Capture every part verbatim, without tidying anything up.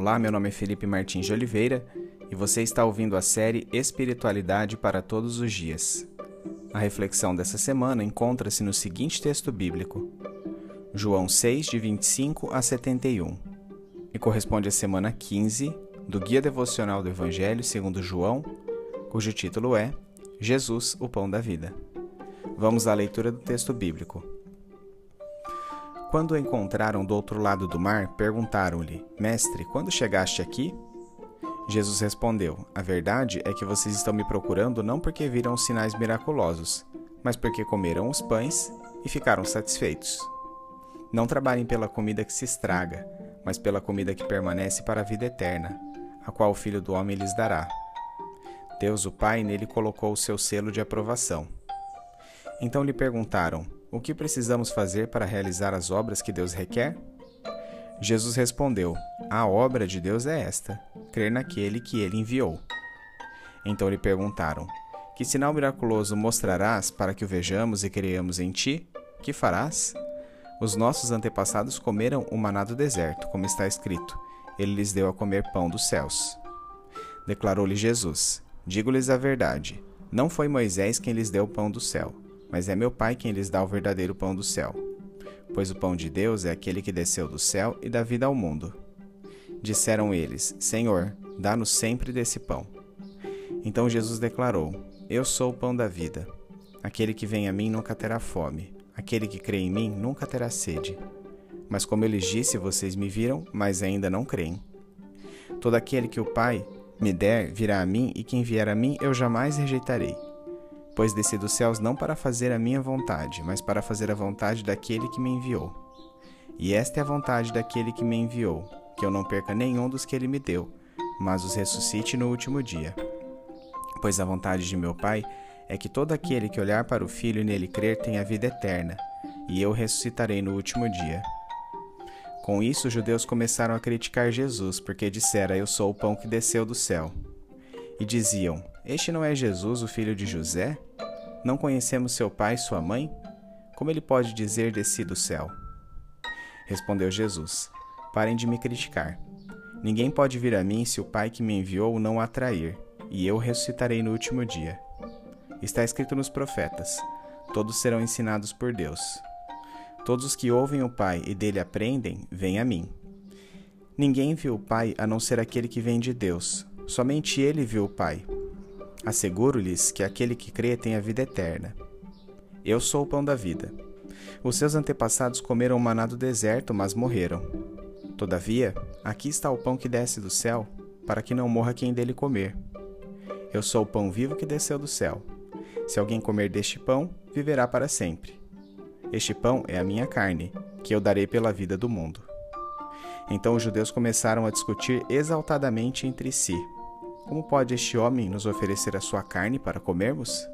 Olá, meu nome é Felipe Martins de Oliveira e você está ouvindo a série Espiritualidade para Todos os Dias. A reflexão dessa semana encontra-se no seguinte texto bíblico, João seis, de vinte e cinco a setenta e um, e corresponde à semana quinze do Guia Devocional do Evangelho segundo João, cujo título é Jesus, o Pão da Vida. Vamos à leitura do texto bíblico. Quando o encontraram do outro lado do mar, perguntaram-lhe, Mestre, quando chegaste aqui? Jesus respondeu, a verdade é que vocês estão me procurando não porque viram os sinais miraculosos, mas porque comeram os pães e ficaram satisfeitos. Não trabalhem pela comida que se estraga, mas pela comida que permanece para a vida eterna, a qual o Filho do Homem lhes dará. Deus, o Pai, nele colocou o seu selo de aprovação. Então lhe perguntaram, o que precisamos fazer para realizar as obras que Deus requer? Jesus respondeu, a obra de Deus é esta, crer naquele que ele enviou. Então lhe perguntaram, que sinal miraculoso mostrarás para que o vejamos e creiamos em ti? Que farás? Os nossos antepassados comeram o maná do deserto, como está escrito, ele lhes deu a comer pão dos céus. Declarou-lhe Jesus, digo-lhes a verdade, não foi Moisés quem lhes deu o pão do céu, mas é meu Pai quem lhes dá o verdadeiro pão do céu. Pois o pão de Deus é aquele que desceu do céu e dá vida ao mundo. Disseram eles, Senhor, dá-nos sempre desse pão. Então Jesus declarou, eu sou o pão da vida. Aquele que vem a mim nunca terá fome. Aquele que crê em mim nunca terá sede. Mas como eu lhes disse, vocês me viram, mas ainda não creem. Todo aquele que o Pai me der virá a mim, e quem vier a mim eu jamais rejeitarei. Pois desci dos céus não para fazer a minha vontade, mas para fazer a vontade daquele que me enviou. E esta é a vontade daquele que me enviou, que eu não perca nenhum dos que ele me deu, mas os ressuscite no último dia. Pois a vontade de meu Pai é que todo aquele que olhar para o Filho e nele crer tenha vida eterna, e eu ressuscitarei no último dia. Com isso, os judeus começaram a criticar Jesus, porque dissera, eu sou o pão que desceu do céu. E diziam, este não é Jesus, o filho de José? Não conhecemos seu pai e sua mãe? Como ele pode dizer desci do céu? Respondeu Jesus, parem de me criticar. Ninguém pode vir a mim se o Pai que me enviou não o atrair, e eu ressuscitarei no último dia. Está escrito nos profetas, todos serão ensinados por Deus. Todos os que ouvem o Pai e dele aprendem, vêm a mim. Ninguém viu o Pai a não ser aquele que vem de Deus. Somente ele viu o Pai. Asseguro-lhes que aquele que crê tem a vida eterna. Eu sou o pão da vida. Os seus antepassados comeram o maná do deserto, mas morreram. Todavia, aqui está o pão que desce do céu, para que não morra quem dele comer. Eu sou o pão vivo que desceu do céu. Se alguém comer deste pão, viverá para sempre. Este pão é a minha carne, que eu darei pela vida do mundo. Então os judeus começaram a discutir exaltadamente entre si. Como pode este homem nos oferecer a sua carne para comermos?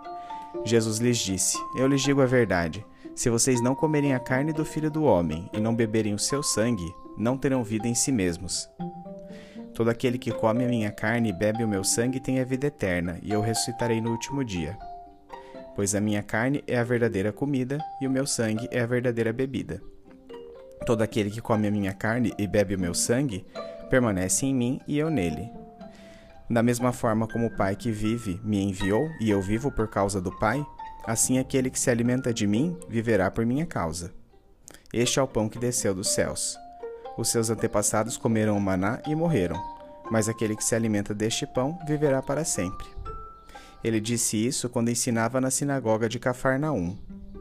Jesus lhes disse, eu lhes digo a verdade, se vocês não comerem a carne do Filho do Homem e não beberem o seu sangue, não terão vida em si mesmos. Todo aquele que come a minha carne e bebe o meu sangue tem a vida eterna, e eu ressuscitarei no último dia. Pois a minha carne é a verdadeira comida, e o meu sangue é a verdadeira bebida. Todo aquele que come a minha carne e bebe o meu sangue, permanece em mim e eu nele. Da mesma forma como o Pai que vive me enviou, e eu vivo por causa do Pai, assim aquele que se alimenta de mim viverá por minha causa. Este é o pão que desceu dos céus. Os seus antepassados comeram o maná e morreram, mas aquele que se alimenta deste pão viverá para sempre. Ele disse isso quando ensinava na sinagoga de Cafarnaum.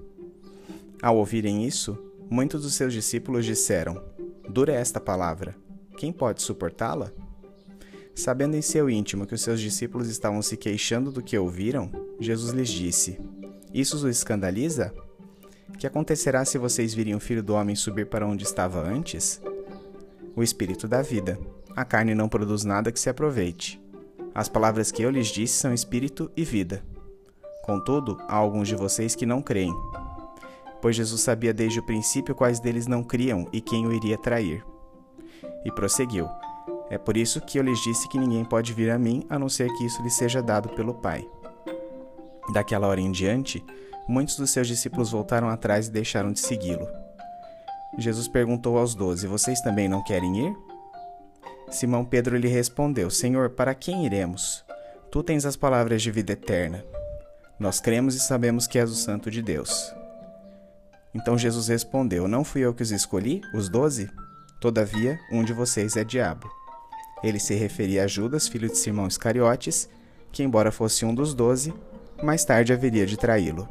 Ao ouvirem isso, muitos dos seus discípulos disseram, dura é esta palavra, quem pode suportá-la? Sabendo em seu íntimo que os seus discípulos estavam se queixando do que ouviram, Jesus lhes disse, isso os escandaliza? Que acontecerá se vocês virem o Filho do Homem subir para onde estava antes? O Espírito dá vida, a carne não produz nada que se aproveite. As palavras que eu lhes disse são Espírito e vida. Contudo, há alguns de vocês que não creem. Pois Jesus sabia desde o princípio quais deles não criam e quem o iria trair. E prosseguiu, é por isso que eu lhes disse que ninguém pode vir a mim, a não ser que isso lhe seja dado pelo Pai. Daquela hora em diante, muitos dos seus discípulos voltaram atrás e deixaram de segui-lo. Jesus perguntou aos doze, vocês também não querem ir? Simão Pedro lhe respondeu: Senhor, para quem iremos? Tu tens as palavras de vida eterna. Nós cremos e sabemos que és o Santo de Deus. Então Jesus respondeu: Não fui eu que os escolhi, os doze? Todavia, um de vocês é diabo. Ele se referia a Judas, filho de Simão Iscariotes, que, embora fosse um dos doze, mais tarde haveria de traí-lo.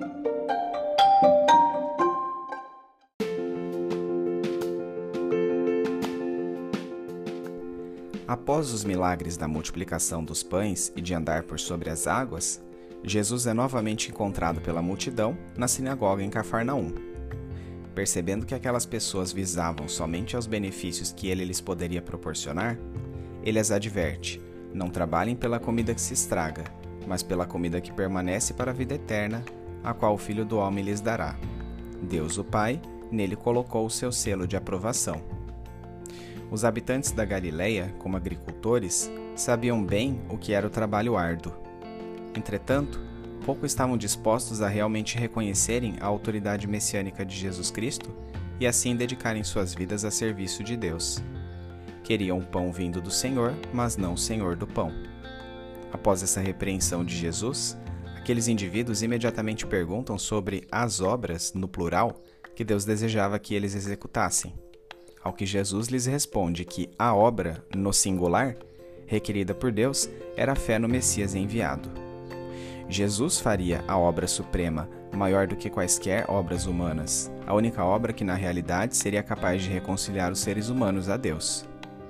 Após os milagres da multiplicação dos pães e de andar por sobre as águas, Jesus é novamente encontrado pela multidão na sinagoga em Cafarnaum. Percebendo que aquelas pessoas visavam somente aos benefícios que ele lhes poderia proporcionar, ele as adverte: não trabalhem pela comida que se estraga, mas pela comida que permanece para a vida eterna, a qual o Filho do Homem lhes dará. Deus, o Pai, nele colocou o seu selo de aprovação. Os habitantes da Galileia, como agricultores, sabiam bem o que era o trabalho árduo. Entretanto, pouco estavam dispostos a realmente reconhecerem a autoridade messiânica de Jesus Cristo e assim dedicarem suas vidas a serviço de Deus. Queriam o pão vindo do Senhor, mas não o Senhor do pão. Após essa repreensão de Jesus, aqueles indivíduos imediatamente perguntam sobre as obras, no plural, que Deus desejava que eles executassem. Ao que Jesus lhes responde que a obra, no singular, requerida por Deus, era a fé no Messias enviado. Jesus faria a obra suprema, maior do que quaisquer obras humanas, a única obra que na realidade seria capaz de reconciliar os seres humanos a Deus.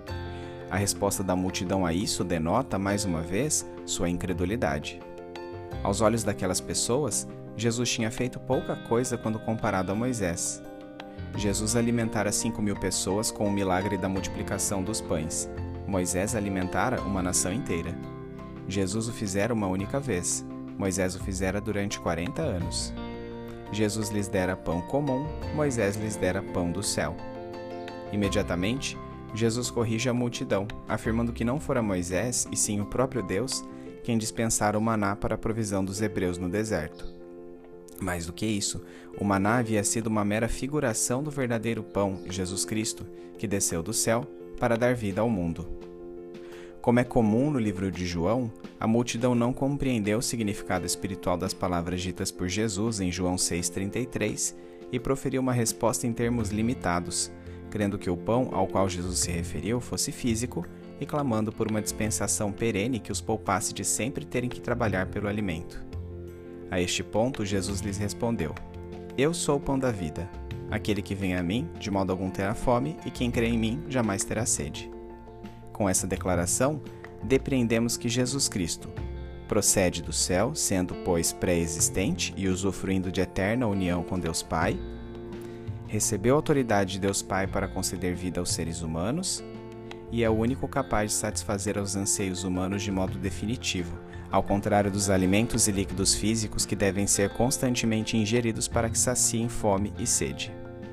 A resposta da multidão a isso denota, mais uma vez, sua incredulidade. Aos olhos daquelas pessoas, Jesus tinha feito pouca coisa quando comparado a Moisés. Jesus alimentara cinco mil pessoas com o milagre da multiplicação dos pães. Moisés alimentara uma nação inteira. Jesus o fizera uma única vez. Moisés o fizera durante quarenta anos. Jesus lhes dera pão comum, Moisés lhes dera pão do céu. Imediatamente, Jesus corrige a multidão, afirmando que não fora Moisés, e sim o próprio Deus, quem dispensara o maná para a provisão dos hebreus no deserto. Mais do que isso, o maná havia sido uma mera figuração do verdadeiro pão, Jesus Cristo, que desceu do céu para dar vida ao mundo. Como é comum no livro de João, a multidão não compreendeu o significado espiritual das palavras ditas por Jesus em João seis, trinta e três e proferiu uma resposta em termos limitados, crendo que o pão ao qual Jesus se referiu fosse físico e clamando por uma dispensação perene que os poupasse de sempre terem que trabalhar pelo alimento. A este ponto, Jesus lhes respondeu: Eu sou o pão da vida. Aquele que vem a mim, de modo algum terá fome, e quem crê em mim jamais terá sede. Com essa declaração, depreendemos que Jesus Cristo procede do céu, sendo, pois, pré-existente e usufruindo de eterna união com Deus Pai, recebeu a autoridade de Deus Pai para conceder vida aos seres humanos e é o único capaz de satisfazer aos anseios humanos de modo definitivo, ao contrário dos alimentos e líquidos físicos que devem ser constantemente ingeridos para que saciem fome e sede.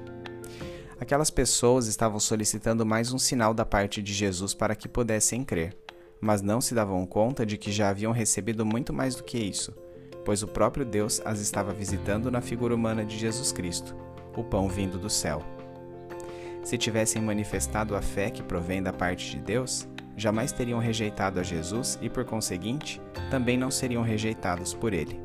Aquelas pessoas estavam solicitando mais um sinal da parte de Jesus para que pudessem crer, mas não se davam conta de que já haviam recebido muito mais do que isso, pois o próprio Deus as estava visitando na figura humana de Jesus Cristo, o pão vindo do céu. Se tivessem manifestado a fé que provém da parte de Deus, jamais teriam rejeitado a Jesus e, por conseguinte, também não seriam rejeitados por ele.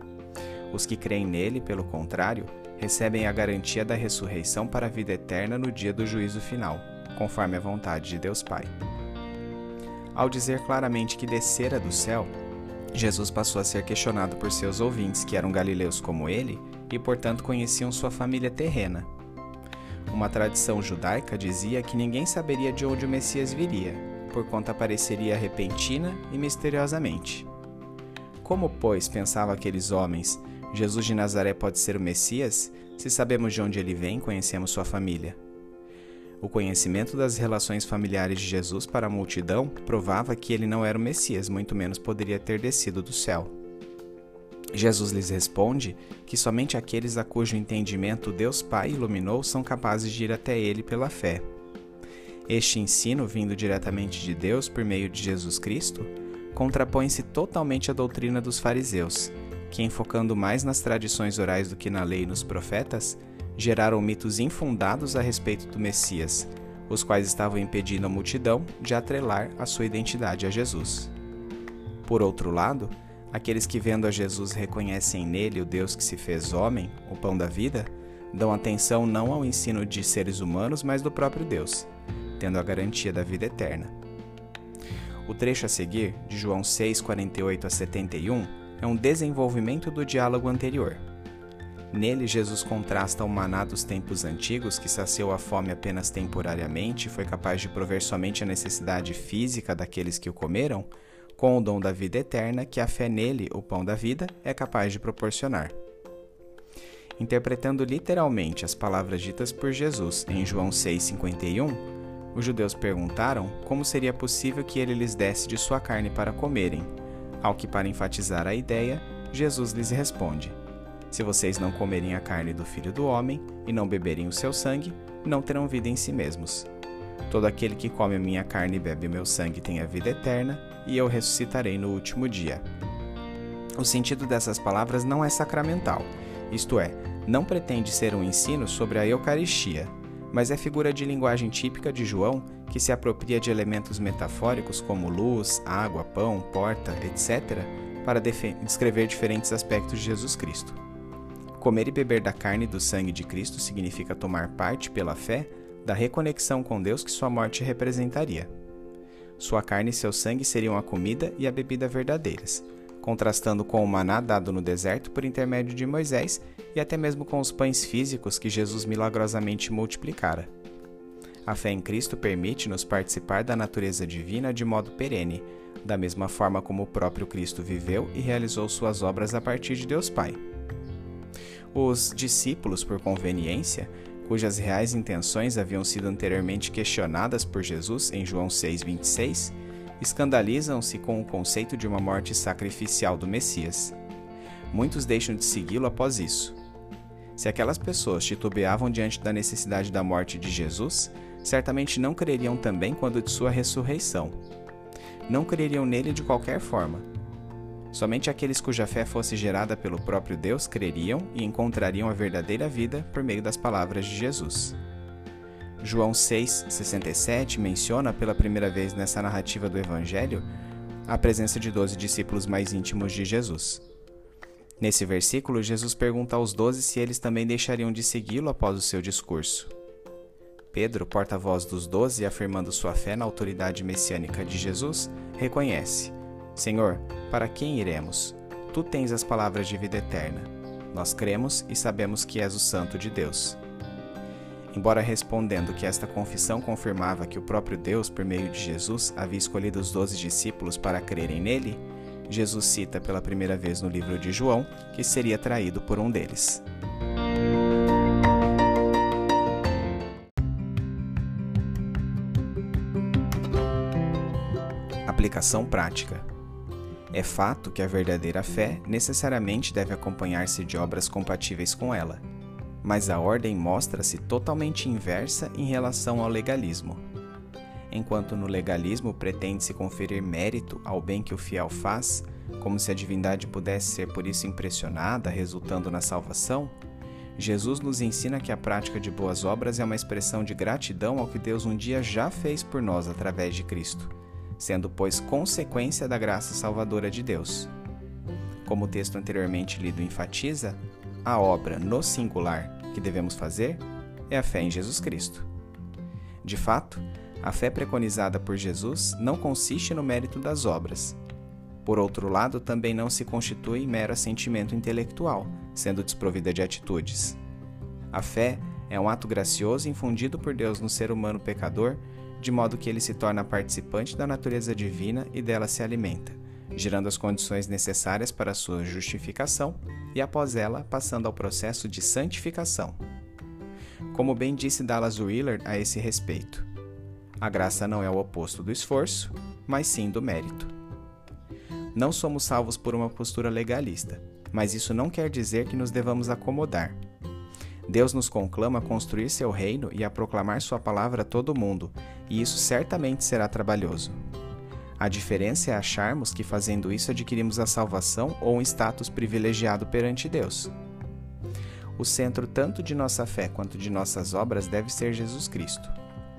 Os que creem nele, pelo contrário, recebem a garantia da ressurreição para a vida eterna no dia do juízo final, conforme a vontade de Deus Pai. Ao dizer claramente que descera do céu, Jesus passou a ser questionado por seus ouvintes, que eram galileus como ele e, portanto, conheciam sua família terrena. Uma tradição judaica dizia que ninguém saberia de onde o Messias viria, porquanto apareceria repentina e misteriosamente. Como, pois, pensavam aqueles homens, Jesus de Nazaré pode ser o Messias, se sabemos de onde ele vem e conhecemos sua família? O conhecimento das relações familiares de Jesus para a multidão provava que ele não era o Messias, muito menos poderia ter descido do céu. Jesus lhes responde que somente aqueles a cujo entendimento Deus Pai iluminou são capazes de ir até ele pela fé. Este ensino, vindo diretamente de Deus por meio de Jesus Cristo, contrapõe-se totalmente à doutrina dos fariseus, que, enfocando mais nas tradições orais do que na lei e nos profetas, geraram mitos infundados a respeito do Messias, os quais estavam impedindo a multidão de atrelar a sua identidade a Jesus. Por outro lado, aqueles que vendo a Jesus reconhecem nele o Deus que se fez homem, o pão da vida, dão atenção não ao ensino de seres humanos, mas do próprio Deus, tendo a garantia da vida eterna. O trecho a seguir, de João seis, quarenta e oito a setenta e um, é um desenvolvimento do diálogo anterior. Nele, Jesus contrasta o maná dos tempos antigos, que saciou a fome apenas temporariamente e foi capaz de prover somente a necessidade física daqueles que o comeram, com o dom da vida eterna que a fé nele, o pão da vida, é capaz de proporcionar. Interpretando literalmente as palavras ditas por Jesus em João seis, cinquenta e um, os judeus perguntaram como seria possível que ele lhes desse de sua carne para comerem, ao que, para enfatizar a ideia, Jesus lhes responde: se vocês não comerem a carne do Filho do Homem e não beberem o seu sangue, não terão vida em si mesmos. Todo aquele que come a minha carne e bebe o meu sangue tem a vida eterna, e eu ressuscitarei no último dia. O sentido dessas palavras não é sacramental, isto é, não pretende ser um ensino sobre a Eucaristia, mas é figura de linguagem típica de João que se apropria de elementos metafóricos como luz, água, pão, porta, etcétera, para descrever diferentes aspectos de Jesus Cristo. Comer e beber da carne e do sangue de Cristo significa tomar parte, pela fé, da reconexão com Deus que sua morte representaria. Sua carne e seu sangue seriam a comida e a bebida verdadeiras, contrastando com o maná dado no deserto por intermédio de Moisés e até mesmo com os pães físicos que Jesus milagrosamente multiplicara. A fé em Cristo permite-nos participar da natureza divina de modo perene, da mesma forma como o próprio Cristo viveu e realizou suas obras a partir de Deus Pai. Os discípulos, por conveniência, cujas reais intenções haviam sido anteriormente questionadas por Jesus em João seis, vinte e seis, escandalizam-se com o conceito de uma morte sacrificial do Messias. Muitos deixam de segui-lo após isso. Se aquelas pessoas titubeavam diante da necessidade da morte de Jesus, certamente não creriam também quando de sua ressurreição. Não creriam nele de qualquer forma. Somente aqueles cuja fé fosse gerada pelo próprio Deus creriam e encontrariam a verdadeira vida por meio das palavras de Jesus. João seis, sessenta e sete menciona pela primeira vez nessa narrativa do Evangelho a presença de doze discípulos mais íntimos de Jesus. Nesse versículo, Jesus pergunta aos doze se eles também deixariam de segui-lo após o seu discurso. Pedro, porta-voz dos doze, afirmando sua fé na autoridade messiânica de Jesus, reconhece: Senhor, para quem iremos? Tu tens as palavras de vida eterna. Nós cremos e sabemos que és o Santo de Deus. Embora respondendo que esta confissão confirmava que o próprio Deus, por meio de Jesus, havia escolhido os doze discípulos para crerem nele, Jesus cita pela primeira vez no livro de João que seria traído por um deles. Aplicação prática. É fato que a verdadeira fé necessariamente deve acompanhar-se de obras compatíveis com ela, mas a ordem mostra-se totalmente inversa em relação ao legalismo. Enquanto no legalismo pretende-se conferir mérito ao bem que o fiel faz, como se a divindade pudesse ser por isso impressionada, resultando na salvação, Jesus nos ensina que a prática de boas obras é uma expressão de gratidão ao que Deus um dia já fez por nós através de Cristo, sendo, pois, consequência da graça salvadora de Deus. Como o texto anteriormente lido enfatiza, a obra, no singular, que devemos fazer é a fé em Jesus Cristo. De fato, a fé preconizada por Jesus não consiste no mérito das obras. Por outro lado, também não se constitui em mero assentimento intelectual, sendo desprovida de atitudes. A fé é um ato gracioso infundido por Deus no ser humano pecador, de modo que ele se torna participante da natureza divina e dela se alimenta, gerando as condições necessárias para a sua justificação e, após ela, passando ao processo de santificação. Como bem disse Dallas Willard a esse respeito, a graça não é o oposto do esforço, mas sim do mérito. Não somos salvos por uma postura legalista, mas isso não quer dizer que nos devamos acomodar. Deus nos conclama a construir seu reino e a proclamar sua palavra a todo mundo, e isso certamente será trabalhoso. A diferença é acharmos que fazendo isso adquirimos a salvação ou um status privilegiado perante Deus. O centro tanto de nossa fé quanto de nossas obras deve ser Jesus Cristo.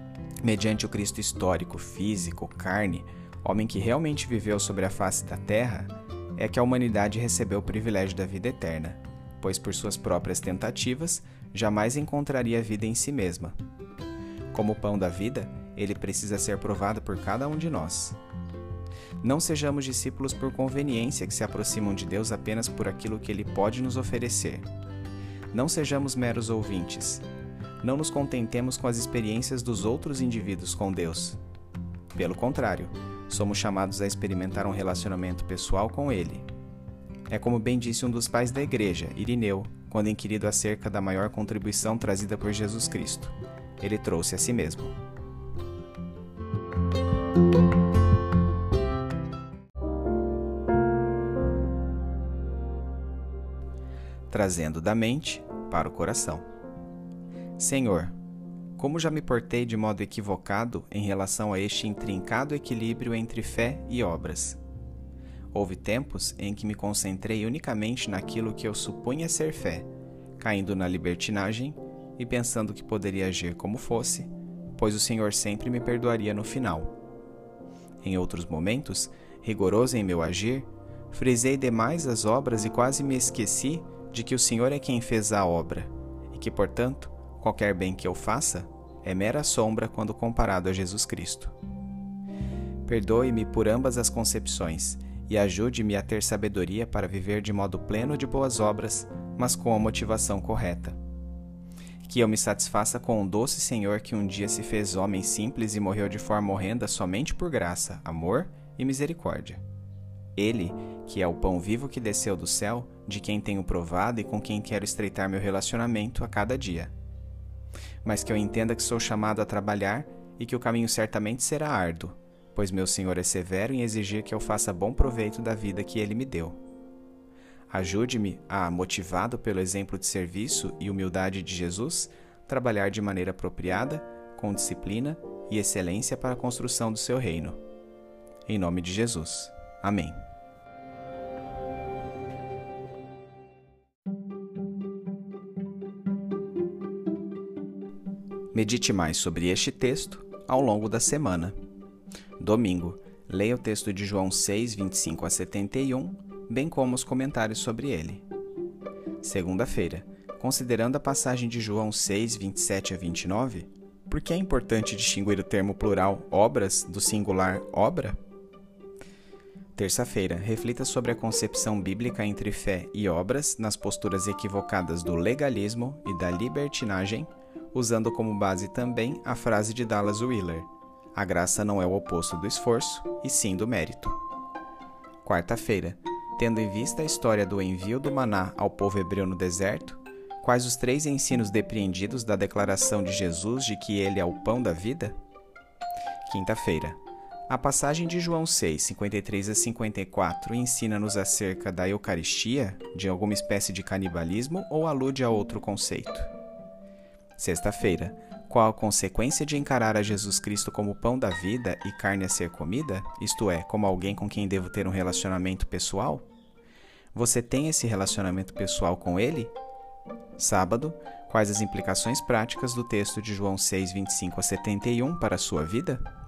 Mediante o Cristo histórico, físico, carne, homem que realmente viveu sobre a face da terra, é que a humanidade recebeu o privilégio da vida eterna, pois por suas próprias tentativas, jamais encontraria vida em si mesma. Como o pão da vida, ele precisa ser provado por cada um de nós. Não sejamos discípulos por conveniência que se aproximam de Deus apenas por aquilo que Ele pode nos oferecer. Não sejamos meros ouvintes. Não nos contentemos com as experiências dos outros indivíduos com Deus. Pelo contrário, somos chamados a experimentar um relacionamento pessoal com Ele. É como bem disse um dos pais da igreja, Irineu, quando inquirido acerca da maior contribuição trazida por Jesus Cristo. Ele trouxe a si mesmo. Trazendo da mente para o coração. Senhor, como já me portei de modo equivocado em relação a este intrincado equilíbrio entre fé e obras. Houve tempos em que me concentrei unicamente naquilo que eu supunha ser fé, caindo na libertinagem e pensando que poderia agir como fosse, pois o Senhor sempre me perdoaria no final. Em outros momentos, rigoroso em meu agir, frisei demais as obras e quase me esqueci de que o Senhor é quem fez a obra, e que, portanto, qualquer bem que eu faça é mera sombra quando comparado a Jesus Cristo. Perdoe-me por ambas as concepções e ajude-me a ter sabedoria para viver de modo pleno de boas obras, mas com a motivação correta. Que eu me satisfaça com o doce Senhor que um dia se fez homem simples e morreu de forma horrenda somente por graça, amor e misericórdia. Ele, que é o pão vivo que desceu do céu, de quem tenho provado e com quem quero estreitar meu relacionamento a cada dia. Mas que eu entenda que sou chamado a trabalhar e que o caminho certamente será árduo, pois meu Senhor é severo em exigir que eu faça bom proveito da vida que Ele me deu. Ajude-me a, motivado pelo exemplo de serviço e humildade de Jesus, trabalhar de maneira apropriada, com disciplina e excelência para a construção do seu reino. Em nome de Jesus. Amém. Medite mais sobre este texto ao longo da semana. Domingo, leia o texto de João seis, vinte e cinco a setenta e um, bem como os comentários sobre ele. Segunda-feira, considerando a passagem de João seis, vinte e sete a vinte e nove, por que é importante distinguir o termo plural obras do singular obra? Terça-feira, reflita sobre a concepção bíblica entre fé e obras nas posturas equivocadas do legalismo e da libertinagem, usando como base também a frase de Dallas Willard: a graça não é o oposto do esforço, e sim do mérito. Quarta-feira, tendo em vista a história do envio do maná ao povo hebreu no deserto, quais os três ensinos depreendidos da declaração de Jesus de que ele é o pão da vida? Quinta-feira, a passagem de João seis, cinquenta e três a cinquenta e quatro ensina-nos acerca da Eucaristia, de alguma espécie de canibalismo ou alude a outro conceito? Sexta-feira, qual a consequência de encarar a Jesus Cristo como pão da vida e carne a ser comida, isto é, como alguém com quem devo ter um relacionamento pessoal? Você tem esse relacionamento pessoal com Ele? Sábado, quais as implicações práticas do texto de João seis, vinte e cinco a setenta e um para a sua vida?